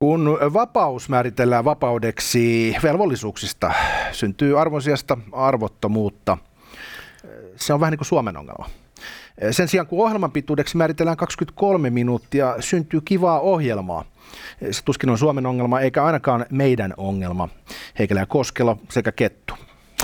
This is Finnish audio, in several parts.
Kun vapaus määritellään vapaudeksi velvollisuuksista, syntyy arvon sijasta arvottomuutta. Se on vähän niin kuin Suomen ongelma. Sen sijaan kun ohjelman pituudeksi määritellään 23 minuuttia, syntyy kivaa ohjelmaa. Se tuskin on Suomen ongelma eikä ainakaan meidän ongelma. Heikelä ja Koskela sekä Kettu.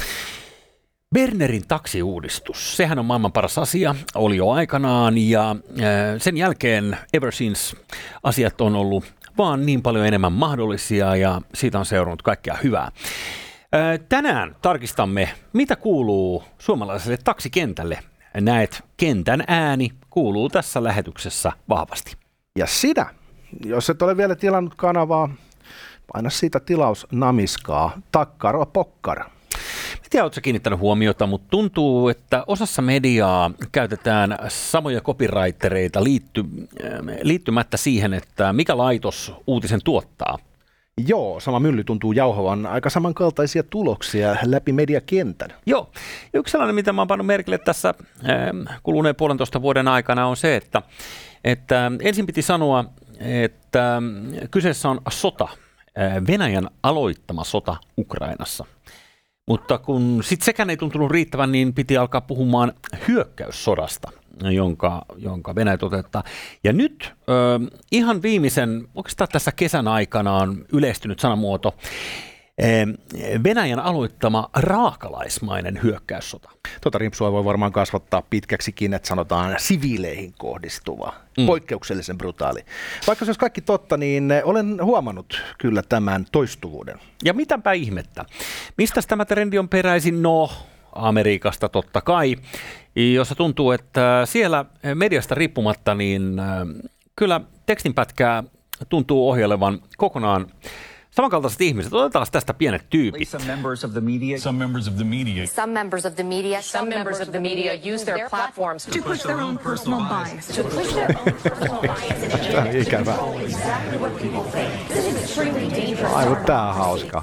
Bernerin taksiuudistus, sehän on maailman paras asia, oli jo aikanaan ja sen jälkeen ever since asiat on ollut vaan niin paljon enemmän mahdollisia ja siitä on seurannut kaikkea hyvää. Tänään tarkistamme, mitä kuuluu suomalaiselle taksikentälle. Näet, kentän ääni kuuluu tässä lähetyksessä vahvasti. Ja sinä, jos et ole vielä tilannut kanavaa, paina siitä tilausnamiskaa, takkaro pokkara. En tiedä, oletko kiinnittänyt huomiota, mutta tuntuu, että osassa mediaa käytetään samoja copywritereita liittymättä siihen, että mikä laitos uutisen tuottaa. Joo, sama mylly tuntuu jauhavan aika samankaltaisia tuloksia läpi mediakentän. Joo, yksi sellainen, mitä mä oon pannut merkille tässä kuluneen 1,5 vuoden aikana on se, että ensin piti sanoa, että kyseessä on sota, Venäjän aloittama sota Ukrainassa. Mutta kun sitten sekään ei tuntunut riittävän, niin piti alkaa puhumaan hyökkäyssodasta, jonka Venäjä toteuttaa. Ja nyt ihan viimeisen, oikeastaan tässä kesän aikana on yleistynyt sanamuoto, Venäjän aloittama raakalaismainen hyökkäyssota. Tota rimpsua voi varmaan kasvattaa pitkäksikin, että sanotaan siviileihin kohdistuva, poikkeuksellisen brutaali. Vaikka se olisi kaikki totta, niin olen huomannut kyllä tämän toistuvuuden. Ja mitäpä ihmettä. Mistä tämä trendi on peräisin? No, Amerikasta totta kai, jossa tuntuu, että siellä mediasta riippumatta, niin kyllä tekstinpätkää tuntuu ohjailevan kokonaan samankaltaiset ihmiset. Otetaan tästä pienet tyypit. Some members of the media use their platforms to push their own personal bias. Tämä on ikävää. Aivan, tämä on hauskaa.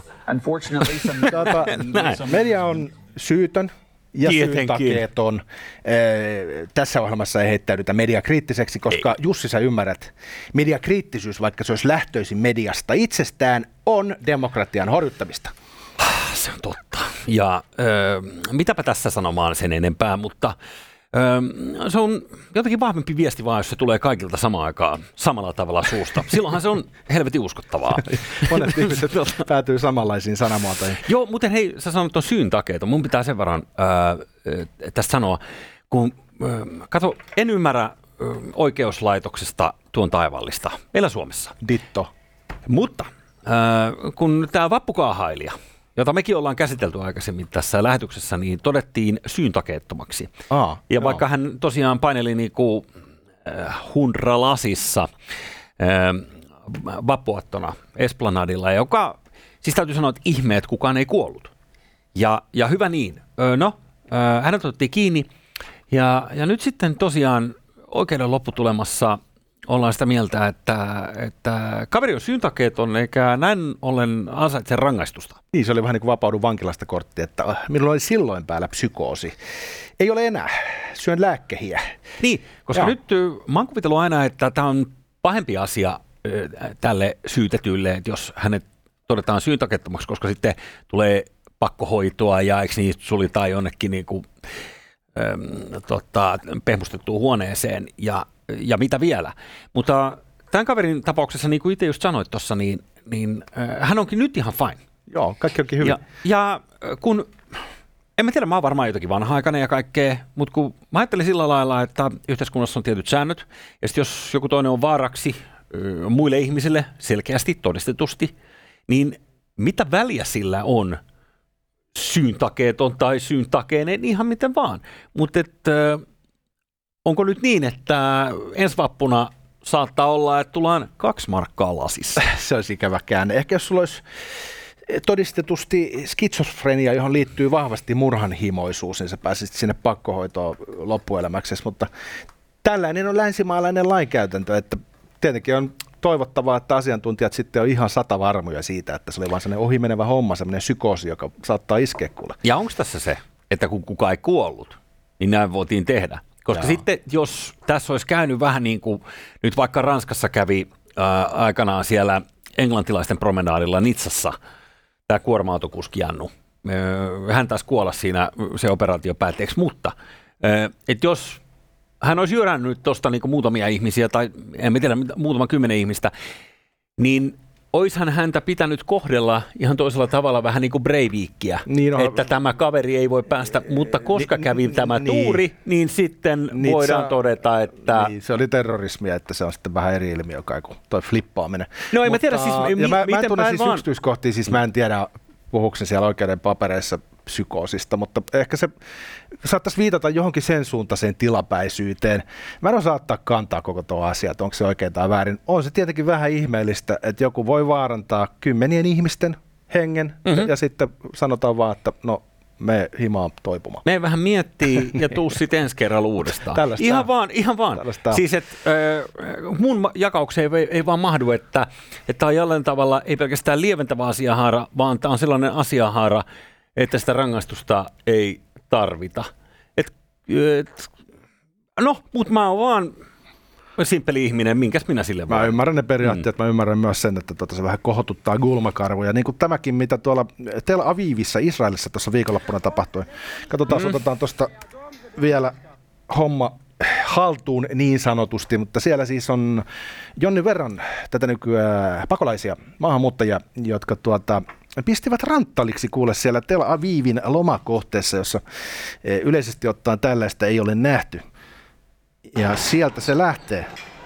Media on syytön ja syyntakeeton. Tässä ohjelmassa ei heittäydytä mediakriittiseksi, koska Jussi, sä ymmärrät, mediakriittisyys, vaikka se olisi lähtöisin mediasta itsestään, on demokratian horjuttamista. Se on totta. Ja mitäpä tässä sanomaan sen enempää, mutta se on jotenkin vahvempi viesti vaan, jos se tulee kaikilta samaan aikaan samalla tavalla suusta. Silloinhan se on helvetin uskottavaa. Monet ihmiset päätyy samanlaisiin sanamuotoihin. Joo, mutta hei, sä sanot tuon syyn takeeta. Mun pitää sen verran tästä sanoa, kun kato, en ymmärrä oikeuslaitoksesta tuon taivaallista meillä Suomessa. Ditto. Mutta kun tämä vappukaahailija, jota mekin ollaan käsitelty aikaisemmin tässä lähetyksessä, niin todettiin syyntakeettomaksi. Ja vaikka hän tosiaan paineli niinku hundralasissa vappuattona Esplanadilla, joka, siis täytyy sanoa, että ihmeet kukaan ei kuollut. Ja hyvä niin. Hänet otettiin kiinni ja nyt sitten tosiaan oikeuden lopputulemassa ollaan sitä mieltä, että kaveri on syyntakeeton eikä näin ollen ansaitse rangaistusta. Niin, se oli vähän niin kuin vapaudun vankilasta kortti, että minulla oli silloin päällä psykoosi. Ei ole enää, syön lääkkehiä. Niin, koska nyt mä oon kuvitellut aina, että tämä on pahempi asia tälle syytetylle, että jos hänet todetaan syyntakeettomaksi, koska sitten tulee pakkohoitoa ja eikö niin suljetaan jonnekin niin kuin, pehmustettuun huoneeseen ja mitä vielä. Mutta tämän kaverin tapauksessa, niin kuin itse just sanoit tuossa, niin hän onkin nyt ihan fine. Joo, kaikki onkin hyvin. Ja kun, en mä tiedä, mä oon varmaan jotenkin vanha-aikainen ja kaikkea, mutta kun mä ajattelin sillä lailla, että yhteiskunnassa on tietyt säännöt, ja sitten jos joku toinen on vaaraksi muille ihmisille selkeästi, todistetusti, niin mitä väliä sillä on syyntakeeton tai syyntakeinen, ihan miten vaan. Mutta onko nyt niin, että ensi vappuna saattaa olla, että tullaan 2 markkaa lasissa? Se olisi ikävä käänne. Ehkä jos sulla olisi todistetusti skitsofrenia, johon liittyy vahvasti murhanhimoisuus, niin sä pääsisit sinne pakkohoitoon loppuelämäksesi, mutta tällainen on länsimaalainen lainkäytäntö, että tietenkin on toivottavaa, että asiantuntijat sitten on ihan satavarmoja siitä, että se oli vaan sellainen ohimenevä homma, sellainen psykoosi, joka saattaa iskeä kuule. Ja onko tässä se, että kun kukaan ei kuollut, niin näin voitiin tehdä? Koska sitten, jos tässä olisi käynyt vähän niin kuin nyt vaikka Ranskassa kävi aikanaan siellä englantilaisten promenaadilla Nitsassa, tämä kuorma-autokuski Jannu. Hän taisi kuolla siinä se operaatio päätteeksi, mutta että jos hän olisi jyrännyt tuosta niinku muutamia ihmisiä, tai en tiedä, muutama 10 ihmistä, niin oishan häntä pitänyt kohdella ihan toisella tavalla vähän niin kuin Breivikkiä, että tämä kaveri ei voi päästä, mutta koska kävi tämä tuuri, niin sitten voidaan todeta, että... Niin, se oli terrorismia, että se on sitten vähän eri ilmiö kai kuin toi flippaaminen. No en mä tiedä siis, mä en tunne siis yksityiskohtia, siis mä en tiedä, puhuuko se siellä oikeuden papereissa psykoosista, mutta ehkä se saattaisi viitata johonkin sen suuntaiseen tilapäisyyteen. Mä en osaa ottaa kantaa koko tuo asia, että onko se oikein tai väärin. On se tietenkin vähän ihmeellistä, että joku voi vaarantaa 10 ihmisten hengen ja sitten sanotaan vaan, että no me himaan toipumaan. Me vähän miettii ja tuu sitten ensi kerralla uudestaan. Ihan vaan. Siis että mun jakaukseen ei vaan mahdu, että on jollain tavalla ei pelkästään lieventävä asiahaara, vaan tämä on sellainen asiahaara, että sitä rangaistusta ei tarvita. Mutta mä oon vaan simppeli ihminen, minkäs minä sille vaan. Mä ymmärrän ne periaatteet, mä ymmärrän myös sen, että se vähän kohotuttaa gulmakarvoja. Niin kuin tämäkin, mitä tuolla Tel Avivissa, Israelissa tuossa viikonloppuna tapahtui. Katsotaan, otetaan tuosta vielä homma haltuun niin sanotusti, mutta siellä siis on jonnin verran tätä nykyään pakolaisia, maahanmuuttajia, jotka pistivät ranttaliksi kuule siellä Tel Avivin lomakohteessa, jossa yleisesti ottaen tällaista ei ole nähty. Ja sieltä se lähtee.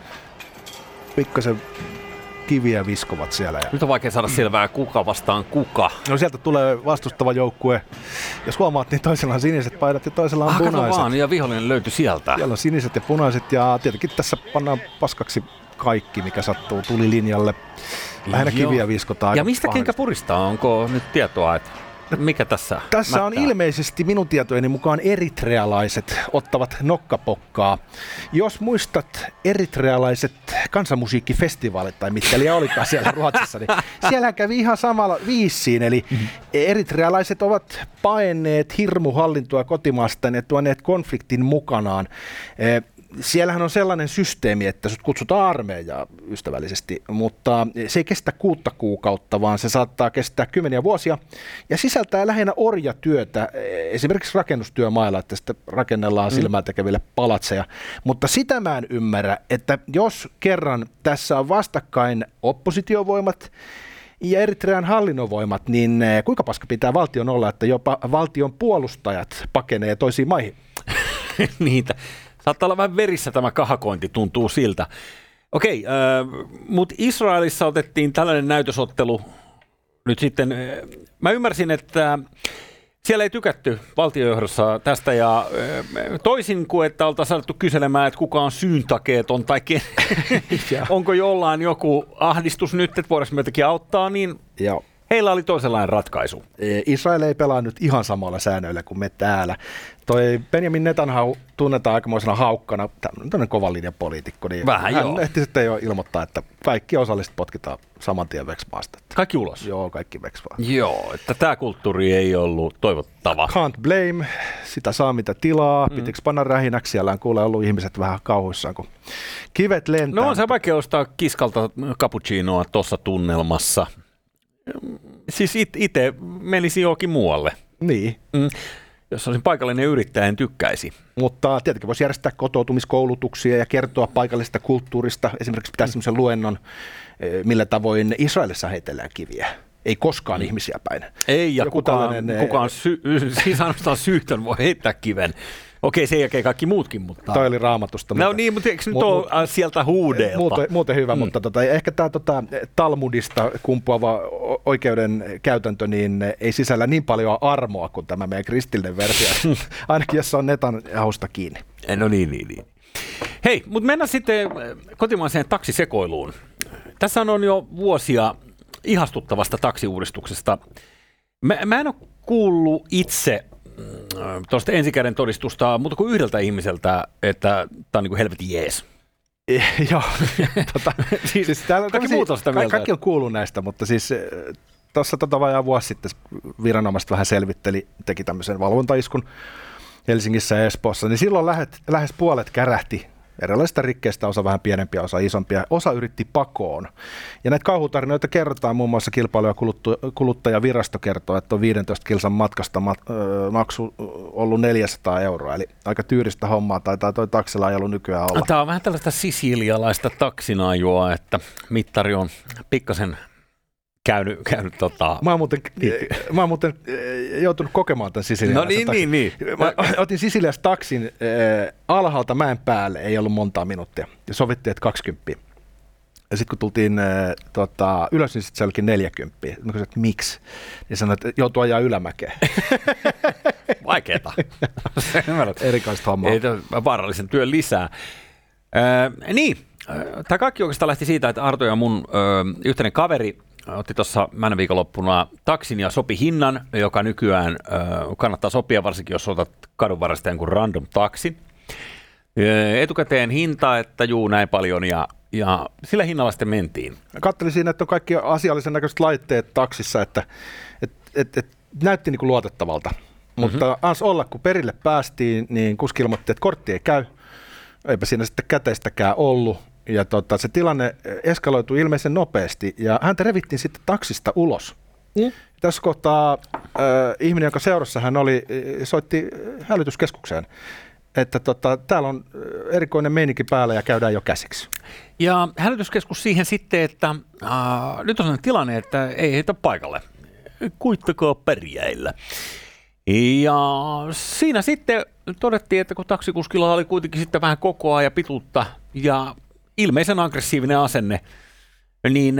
Pikkasen kiviä viskovat siellä. Nyt on vaikea saada selvää, kuka vastaan kuka. No sieltä tulee vastustava joukkue. Jos huomaat, niin toisella on siniset paidat ja toisella on punaiset. Kato vaan, ja vihollinen löytyi sieltä. Siellä on siniset ja punaiset, ja tietenkin tässä pannaan paskaksi kaikki, mikä sattuu tulilinjalle. Lähinnä kiviä viskotaan. Ja mistä kenkä puristaa? Onko nyt tietoa, että mikä tässä Tässä on ilmeisesti minun tietojeni mukaan eritrealaiset ottavat nokkapokkaa. Jos muistat eritrealaiset kansanmusiikkifestivaalit tai mitkä olikaan siellä Ruotsissa, niin siellä kävi ihan samalla viisiin. Eli eritrealaiset ovat paenneet hirmuhallintoa kotimaastaan ja tuoneet konfliktin mukanaan. Siellähän on sellainen systeemi, että sut kutsutaan armeijaa ystävällisesti, mutta se ei kestä 6 kuukautta, vaan se saattaa kestää 10 vuosia ja sisältää lähinnä orjatyötä, esimerkiksi rakennustyömailla, että sitten rakennellaan silmää tekeville palatseja. Mutta sitä mä en ymmärrä, että jos kerran tässä on vastakkain oppositiovoimat ja Eritrean hallinnovoimat, niin kuinka paska pitää valtion olla, että jopa valtion puolustajat pakenee toisiin maihin? Niitä. Saattaa olla vähän verissä tämä kahakointi, tuntuu siltä. Okei, mutta Israelissa otettiin tällainen näytösottelu nyt sitten. Mä ymmärsin, että siellä ei tykätty valtiojohdossa tästä ja toisin kuin, että oltaisiin saatu kyselemään, että kuka on syyntakeeton tai onko jollain joku ahdistus nyt, että voidaanko me jotenkin auttaa, niin heillä oli toisenlainen ratkaisu. Israel ei pelaa nyt ihan samalla säännöillä kuin me täällä. Toi Benjamin Netanyahu tunnetaan aikamoisena haukkana, tämmöinen kovan linjan poliitikko, niin vähän hän ehti sitten jo ilmoittaa, että kaikki osalliset potkitaan saman tien veksmaasta. Kaikki ulos? Joo, kaikki veks vaan. Joo, että tämä kulttuuri ei ollut toivottava. Can't blame, sitä saa mitä tilaa, pitikö panna rähinäksi, siellä on kuule ollut ihmiset vähän kauhuissaan, kun kivet lentää. No on se vaikea ostaa kiskalta cappuccinoa tuossa tunnelmassa. Siis itse menisi johonkin muualle. Niin. Jos olisin paikallinen yrittäjä, en tykkäisi. Mutta tietenkin voisi järjestää kotoutumiskoulutuksia ja kertoa paikallisesta kulttuurista. Esimerkiksi pitää sellaisen luennon, millä tavoin Israelissa heitellään kiviä. Ei koskaan ihmisiä päin. Ei, ja kukaan siis ainoastaan syytön voi heittää kiven. Okei, sen jälkeen kaikki muutkin, mutta... Toi oli Raamatusta. No niin, mutta eikö nyt ole sieltä huudeelta? Muuten hyvä, mutta ehkä tämä Talmudista kumpuava oikeuden käytäntö niin ei sisällä niin paljon armoa kuin tämä meidän kristillinen versio. Ainakin jos on Netanyahusta kiinni. No niin. Hei, mutta mennään sitten kotimaiseen taksisekoiluun. Tässä on jo vuosia ihastuttavasta taksiuudistuksesta. Mä en ole kuullut itse tuosta ensikäden todistusta, mutta kuin yhdeltä ihmiseltä, että tämä on niin kuin helvetin jees. Joo. siis kaikki muut on sitä mieltä. Kaikki on kuullut näistä, mutta siis tuossa vajaa vuosi sitten viranomaiset vähän teki tämmöisen valvontaiskun Helsingissä ja Espoossa, niin silloin lähes puolet kärähti erilaisista rikkeistä, osa vähän pienempiä, osa isompia. Osa yritti pakoon. Ja näitä kauhutarinoita kerrotaan, muun muassa Kilpailu- ja kuluttajavirasto kertoo, että on 15 kilsan matkasta maksu ollut 400 €. Eli aika tyyristä hommaa taitaa toi taksilaajelu nykyään olla. Tämä on vähän tällaista sisilialaista taksinajoa, että mittari on pikkasen käynyt Mä oon muuten joutunut kokemaan tämän sisilialaisen taksin. niin. Mä otin Sisiliassa taksin alhaalta mäen päälle, ei ollut montaa minuuttia. Ja sovittiin, että 20. Ja sitten kun tultiin ylös, niin sitten se olikin 40. Mä kysyin, että miksi? Ja sanoin, että joutuu ajaa ylämäkeen. Vaikeeta. Erikoista hommaa. Ei vaarallisen työn lisää. Tämä kaikki oikeastaan lähti siitä, että Arto ja mun yhteinen kaveri otti tuossa männä viikonloppuna taksin ja sopi hinnan, joka nykyään kannattaa sopia, varsinkin jos otat kadunvarasta jonkun random taksin. Etukäteen hinta, että näin paljon ja sillä hinnalla sitten mentiin. Katselin siinä, että on kaikki asiallisen näköiset laitteet taksissa, että näytti niin kuin luotettavalta. Mutta ans olla, kun perille päästiin, niin kuski ilmoitti, että kortti ei käy. Eipä siinä sitten käteistäkään ollut. Ja se tilanne eskaloitui ilmeisen nopeasti ja häntä revittiin sitten taksista ulos. Tässä kohtaa ihminen, jonka seurassa hän oli, soitti hälytyskeskukseen, että täällä on erikoinen meininki päällä ja käydään jo käsiksi. Ja hälytyskeskus siihen sitten, että nyt on sellainen tilanne, että ei heitä paikalle. Kuittakaa pärjäillä. Ja siinä sitten todettiin, että kun taksikuskilla oli kuitenkin sitten vähän kokoa ja pituutta ja ilmeisen aggressiivinen asenne, niin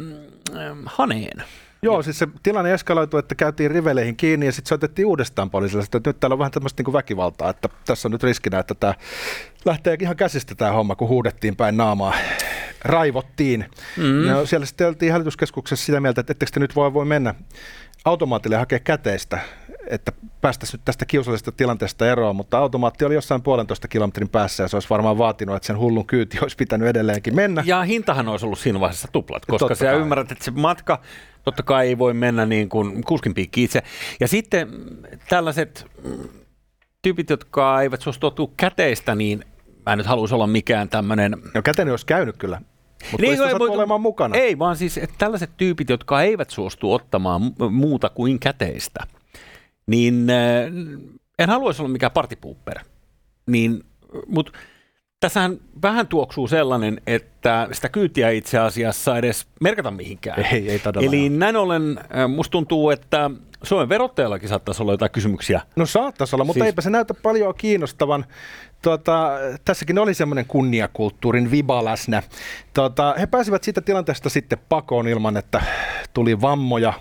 haneen. Joo, siis se tilanne eskaloitui, että käytiin riveleihin kiinni ja sitten soitettiin uudestaan poliisille, että nyt täällä on vähän tämmöistä niin väkivaltaa, että tässä on nyt riskinä, että tämä lähtee ihan käsistä tämä homma, kun huudettiin päin naamaa, raivottiin. No, siellä sitten oltiin hälytyskeskuksessa sitä mieltä, että ettekö te nyt voi mennä automaatille hakea käteistä, että päästäisiin nyt tästä kiusallisesta tilanteesta eroon, mutta automaatti oli jossain 1,5 kilometrin päässä ja se olisi varmaan vaatinut, että sen hullun kyyti olisi pitänyt edelleenkin mennä. Ja hintahan olisi ollut siinä vaiheessa tuplat, koska sä ymmärrät, että se matka totta kai ei voi mennä niin kuin kuskin piikki itse. Ja sitten tällaiset tyypit, jotka eivät suostu käteistä, niin mä en nyt haluaisi olla mikään tämmöinen. No käteinen olisi käynyt kyllä. Mutta niin, ei olemaan mukana. Ei, vaan siis että tällaiset tyypit, jotka eivät suostu ottamaan muuta kuin käteistä, niin en haluaisi olla mikään partipuupper. Mutta tässähän vähän tuoksuu sellainen, että sitä kyytiä itse asiassa edes merkata mihinkään. Ei todella. Eli näin ollen musta tuntuu, että Suomen verottajallakin saattaisi olla jotain kysymyksiä. No saattaisi olla, mutta eipä se näytä paljon kiinnostavan. Tässäkin oli semmoinen kunniakulttuurin viba läsnä. He pääsivät siitä tilanteesta sitten pakoon ilman, että tuli vammoja.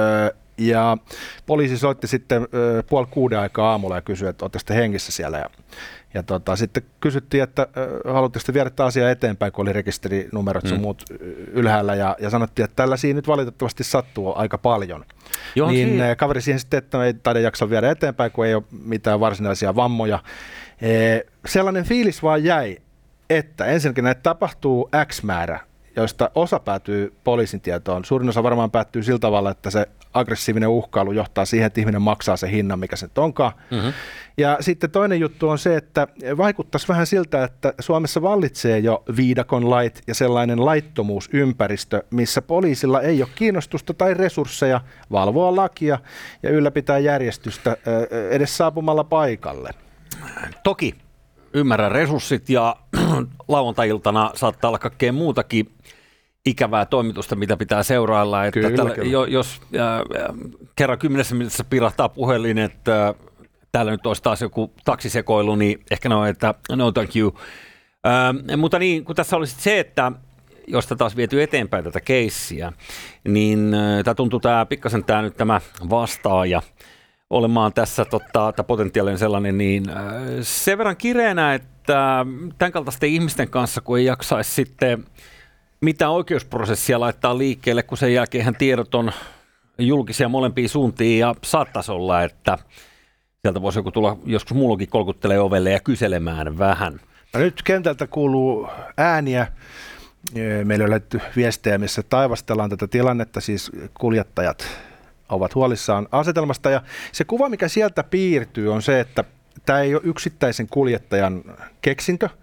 Ja poliisi soitti sitten 5:30 aikaa aamulla ja kysyi, että oletteko te hengissä siellä. Ja sitten kysyttiin, että haluatteko te viedä tämä asia eteenpäin, kun oli rekisterinumerot sun muut ylhäällä. Ja sanottiin, että tällaisia nyt valitettavasti sattuu aika paljon. Joo, niin kaveri siihen sitten, että ei taida jaksa viedä eteenpäin, kun ei ole mitään varsinaisia vammoja. Sellainen fiilis vaan jäi, että ensinnäkin näitä tapahtuu X määrä, joista osa päätyy poliisin tietoon. Suurin osa varmaan päättyy sillä tavalla, että se aggressiivinen uhkailu johtaa siihen, että ihminen maksaa sen hinnan, mikä se nyt onkaan. Ja sitten toinen juttu on se, että vaikuttaisi vähän siltä, että Suomessa vallitsee jo viidakon lait ja sellainen laittomuusympäristö, missä poliisilla ei ole kiinnostusta tai resursseja valvoa lakia ja ylläpitää järjestystä edes saapumalla paikalle. Toki ymmärrän resurssit ja lauantai-iltana saattaa olla kaikkea muutakin ikävää toimitusta, mitä pitää seurailla. Että kyllä. Jos kerran 10 minuutissa pirahtaa puhelin, että täällä nyt olisi taas joku taksisekoilu, niin ehkä että no thank you. Mutta niin, kun tässä olisi se, että jos tätä taas viety eteenpäin tätä keissiä, niin tämä tuntuu pikkasen nyt tämä vastaaja olemaan tässä potentiaalinen sellainen, niin sen verran kireänä, että tämän kaltaisten ihmisten kanssa, kun ei jaksaisi sitten mitään oikeusprosessia laittaa liikkeelle, kun sen jälkeen tiedot on julkisia molempiin suuntiin ja saattaisi olla, että sieltä voisi joku tulla joskus mullakin kolkuttelee ovelle ja kyselemään vähän. No nyt kentältä kuuluu ääniä. Meillä on löytyy viestejä, missä taivastellaan tätä tilannetta, siis kuljettajat ovat huolissaan asetelmasta. Ja se kuva, mikä sieltä piirtyy, on se, että tämä ei ole yksittäisen kuljettajan keksintö,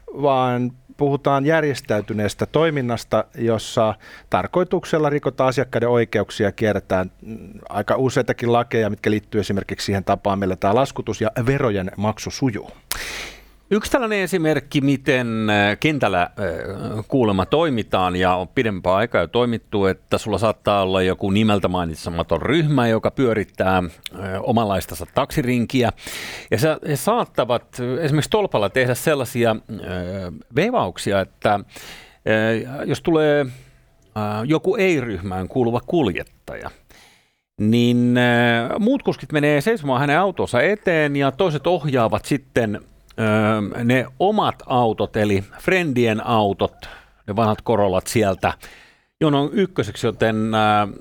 vaan puhutaan järjestäytyneestä toiminnasta, jossa tarkoituksella rikotaan asiakkaiden oikeuksia ja kierretään aika useitakin lakeja, mitkä liittyy esimerkiksi siihen tapaan, millä tämä laskutus ja verojen maksu sujuu. Yksi tällainen esimerkki, miten kentällä kuulemma toimitaan ja on pidempää aikaa jo toimittu, että sulla saattaa olla joku nimeltä mainitsematon ryhmä, joka pyörittää omanlaistansa taksirinkiä. Ja he saattavat esimerkiksi tolpalla tehdä sellaisia veivauksia, että jos tulee joku ei-ryhmään kuuluva kuljettaja, niin muut kuskit menee seisomaan hänen autonsa eteen ja toiset ohjaavat sitten ne omat autot, eli friendien autot, ne vanhat Corollat sieltä, jonon ykköseksi, joten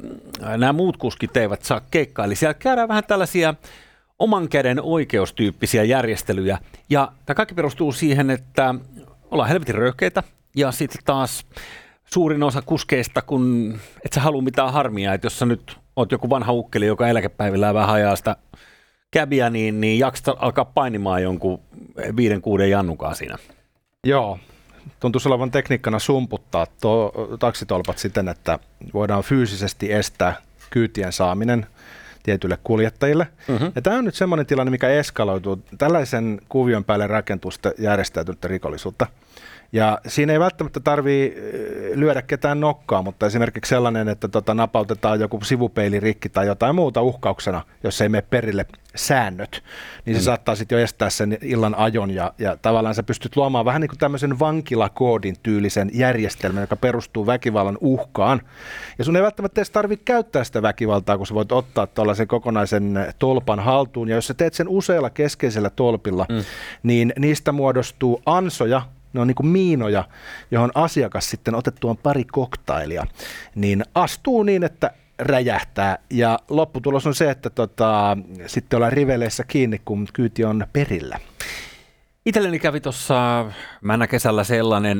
nämä muut kuskit eivät saa keikkaa. Eli siellä käydään vähän tällaisia oman käden oikeustyyppisiä järjestelyjä. Ja tämä kaikki perustuu siihen, että ollaan helvetin röyhkeitä ja sitten taas suurin osa kuskeista, kun et sä halua mitään harmia, että jos sä nyt oot joku vanha ukkeli, joka eläkepäivillään vähän hajaa sitä käbiä, niin jaksat alkaa painimaan jonkun 5-6 jannukaa siinä. Joo, tuntuisi olevan tekniikkana sumputtaa taksitolpat siten, että voidaan fyysisesti estää kyytien saaminen tietyille kuljettajille. Mm-hmm. Ja tämä on nyt semmoinen tilanne, mikä eskaloituu. Tällaisen kuvion päälle rakentuu sitä järjestäytynyttä rikollisuutta. Ja siinä ei välttämättä tarvitse lyödä ketään nokkaa, mutta esimerkiksi sellainen, että napautetaan joku sivupeili rikki tai jotain muuta uhkauksena, jos ei mene perille säännöt, niin se saattaa sitten jo estää sen illan ajon ja tavallaan sä pystyt luomaan vähän niin kuin tämmöisen vankilakoodin tyylisen järjestelmän, joka perustuu väkivallan uhkaan. Ja sun ei välttämättä edes tarvitse käyttää sitä väkivaltaa, kun sä voit ottaa tuollaisen kokonaisen tolpan haltuun. Ja jos sä teet sen useilla keskeisellä tolpilla, niin niistä muodostuu ansoja. Ne on niin kuin miinoja, johon asiakas sitten otettuaan pari koktailia, niin astuu niin, että räjähtää. Ja lopputulos on se, että sitten ollaan riveleissä kiinni, kun kyyti on perillä. Itselleni kävi tuossa männä kesällä sellainen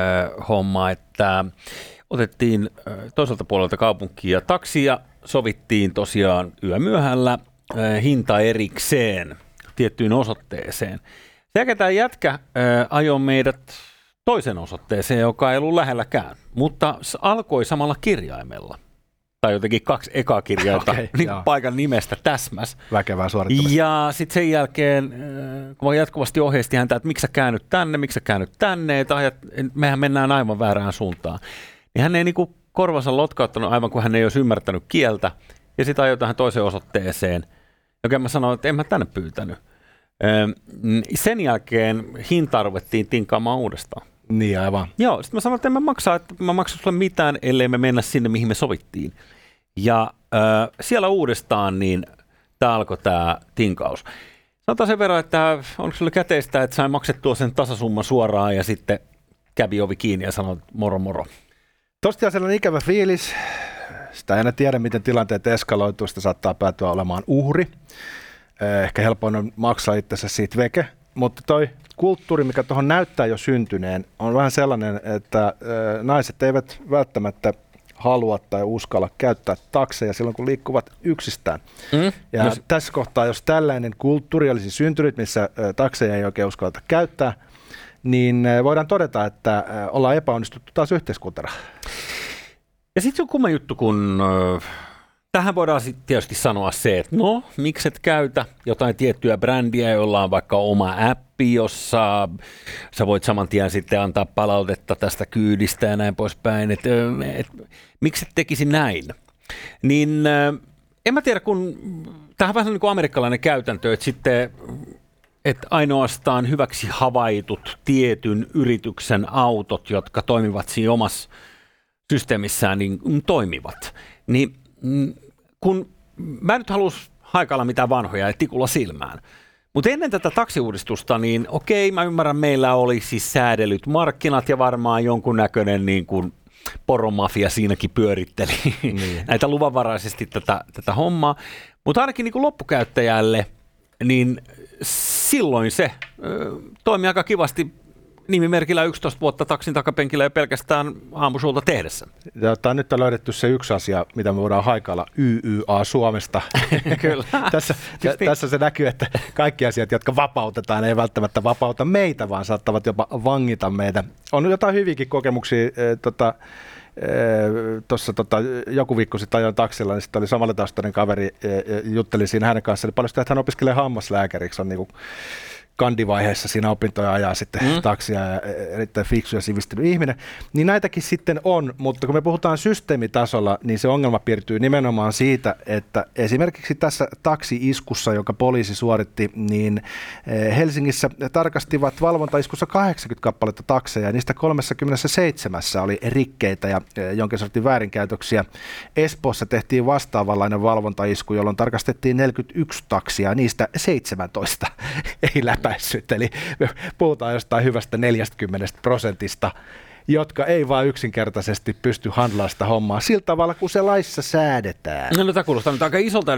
homma, että otettiin toiselta puolelta kaupunkia taksia, sovittiin tosiaan yömyöhällä hinta erikseen tiettyyn osoitteeseen. Sekä tämä jätkä ajoi meidät toisen osoitteeseen, joka ei ollut lähelläkään, mutta alkoi samalla kirjaimella. Tai jotenkin 2 ekaa kirjainta paikan nimestä täsmäs. Väkevää suorittamista. Ja sitten sen jälkeen, kun mä jatkuvasti ohjeistin häntä, että miksi sä käännyt tänne, että mehän mennään aivan väärään suuntaan. Niin hän ei niinku korvansa lotkauttanut aivan, kun hän ei olisi ymmärtänyt kieltä. Ja sitten ajoi tähän toiseen osoitteeseen, joka mä sanoin, että en mä tänne pyytänyt. Sen jälkeen hintaa ruvettiin tinkaamaan uudestaan. Niin aivan. Joo, sitten mä sanoin, että en mä maksa sulle mitään, ellei me mennä sinne, mihin me sovittiin. Ja siellä uudestaan niin alkoi tämä tinkaus. Sanotaan sen verran, että onko sulle käteistä, että sain maksettua sen tasasumman suoraan ja sitten kävi ovi kiinni ja sanoi moro moro. Tosta on sellainen ikävä fiilis. Sitä ei aina tiedä, miten tilanteet eskaloituu, sitä saattaa päätyä olemaan uhri. Ehkä helpoin on maksaa itsensä siitä veke, mutta toi kulttuuri, mikä tuohon näyttää jo syntyneen, on vähän sellainen, että naiset eivät välttämättä halua tai uskalla käyttää takseja silloin, kun liikkuvat yksistään. Ja tässä kohtaa, jos tällainen kulttuuri olisi syntynyt, missä takseja ei oikein uskalleta käyttää, niin voidaan todeta, että ollaan epäonnistuttu taas yhteiskuntana. Ja sitten se on kumma juttu, kun tähän voidaan tietysti sanoa se, että no, mikset käytä jotain tiettyä brändiä, jolla on vaikka oma appi, jossa sä voit saman tien sitten antaa palautetta tästä kyydistä ja näin poispäin, että miksi et tekisi näin. Niin en mä tiedä, kun tähän on vähän niin kuin amerikkalainen käytäntö, että sitten että ainoastaan hyväksi havaitut tietyn yrityksen autot, jotka toimivat siinä omassa systeemissään, niin toimivat. Niin kun mä nyt halus haikailla mitään vanhoja ja tikulla silmään, mutta ennen tätä taksiuudistusta, niin okei, mä ymmärrän, meillä oli siis säädellyt markkinat ja varmaan jonkunnäköinen niin kuin poromafia siinäkin pyöritteli näitä luvanvaraisesti tätä hommaa, mutta ainakin niin kuin loppukäyttäjälle, niin silloin se toimii aika kivasti nimimerkillä 11 vuotta taksin takapenkillä ja pelkästään aamusuolta tehdessä. Nyt on löydetty se yksi asia, mitä me voidaan haikailla YYA Suomesta. Kyllä. Tässä se näkyy, että kaikki asiat, jotka vapautetaan, ei välttämättä vapauta meitä, vaan saattavat jopa vangita meitä. On jotain hyviäkin kokemuksia. Tuossa joku viikko sitten ajoin taksilla, niin sitten oli samanlainen kaveri, jutteli siinä hänen kanssaan. Paljon sitä, että hän opiskelee hammaslääkäriksi, on niinku kandivaiheessa siinä opintoja ajaa sitten taksia ja erittäin fiksu ja sivistynyt ihminen. Niin näitäkin sitten on, mutta kun me puhutaan systeemitasolla, niin se ongelma piirtyy nimenomaan siitä, että esimerkiksi tässä taksi-iskussa, joka poliisi suoritti, niin Helsingissä tarkastivat valvontaiskussa 80 kappaletta takseja ja niistä 37 oli rikkeitä ja jonkin sortin väärinkäytöksiä. Espoossa tehtiin vastaavanlainen valvontaisku, jolloin tarkastettiin 41 taksia ja niistä 17 ei läpäissyt. Eli me puhutaan jostain hyvästä 40%, jotka ei vaan yksinkertaisesti pysty handlaamaan sitä hommaa sillä tavalla, kun se laissa säädetään. No tämä kuulostaa nyt aika isolta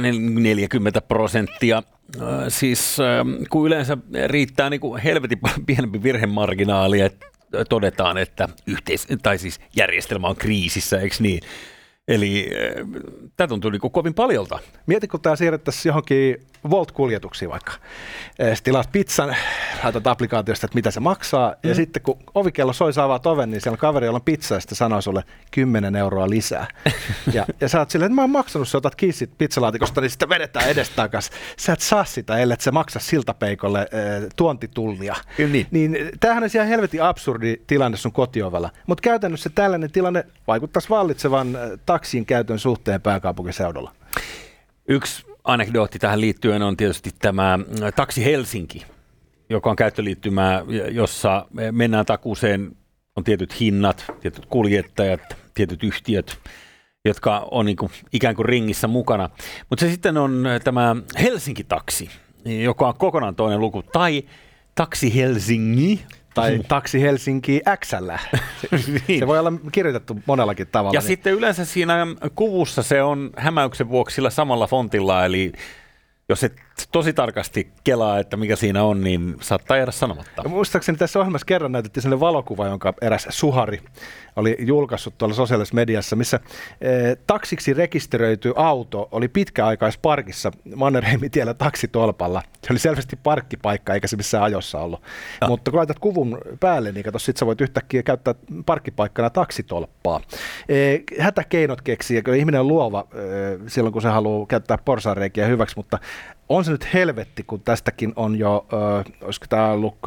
40%. Siis kun yleensä riittää niin kuin helvetin pienempi virhemarginaali, että todetaan, että järjestelmä on kriisissä, eikö niin? Eli tämä tuntuu niin kuin kovin paljolta. Mieti, kun tämä siirrettäisiin johonkin Volt-kuljetuksiin vaikka. Sitten tilaat pizzan, laitat applikaatiosta, että mitä se maksaa, ja sitten kun ovikello soi, sä avaat oven, niin siellä on kaveri, jolla on pizza, ja sitten sanoo sulle 10 euroa lisää. Ja sä oot silleen, että mä oon maksanut, sä otat kissit pizzalaatikosta, niin sitten vedetään edestakas. Sä et saa sitä, ellei se maksa siltapeikolle tuontitullia. Niin tämähän on ihan helvetin absurdi tilanne sun kotiovella. Mutta käytännössä tällainen tilanne vaikuttaisi vallitsevan taksin käytön suhteen pääkaupunkiseudulla. Yksi anekdootti tähän liittyen on tietysti tämä Taksi Helsinki, joka on käyttöliittymä, jossa mennään takuuseen, on tietyt hinnat, tietyt kuljettajat, tietyt yhtiöt, jotka on niin kuin ikään kuin ringissä mukana. Mutta se sitten on tämä Helsinki-taksi, joka on kokonaan toinen luku, tai Taksi Helsinki, tai Taksi Helsinki X:llä. Se voi olla kirjoitettu monellakin tavalla. Ja sitten yleensä siinä kuvussa se on hämäyksen vuoksi sillä samalla fontilla, eli jos et tosi tarkasti kelaa, että mikä siinä on, niin saattaa jäädä sanomatta. Ja muistaakseni tässä ohjelmassa kerran näytettiin sellainen valokuva, jonka eräs Suhari oli julkaissut tuolla sosiaalisessa mediassa, missä taksiksi rekisteröity auto oli pitkäaikaisparkissa Mannerheimitiellä taksitolpalla. Se oli selvästi parkkipaikka, eikä se missään ajossa ollut. No. Mutta kun laitat kuvun päälle, niin kato, sit sä voit yhtäkkiä käyttää parkkipaikkana taksitolppaa. Hätäkeinot keksii, ja ihminen on luova silloin, kun se haluaa käyttää porsaanreikiä hyväksi, mutta on se nyt helvetti, kun tästäkin on jo, olisiko tämä ollut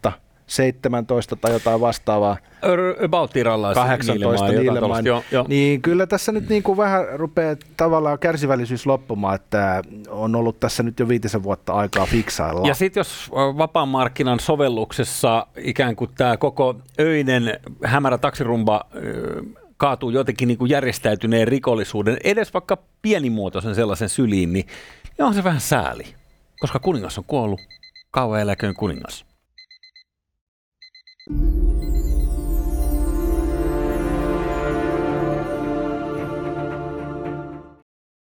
2017 tai jotain vastaavaa. About tiralla 18 niille niin kyllä tässä nyt niin kuin vähän rupeaa tavallaan kärsivällisyys loppumaan, että on ollut tässä nyt jo 5 vuotta aikaa fiksailla. Ja sitten jos vapaan markkinan sovelluksessa ikään kuin tämä koko öinen hämärä taksirumba kaatuu jotenkin niin kuin järjestäytyneen rikollisuuden, edes vaikka pienimuotoisen sellaisen syliin, niin on se vähän sääli, koska kuningas on kuollut. Kauan eläköön kuningas.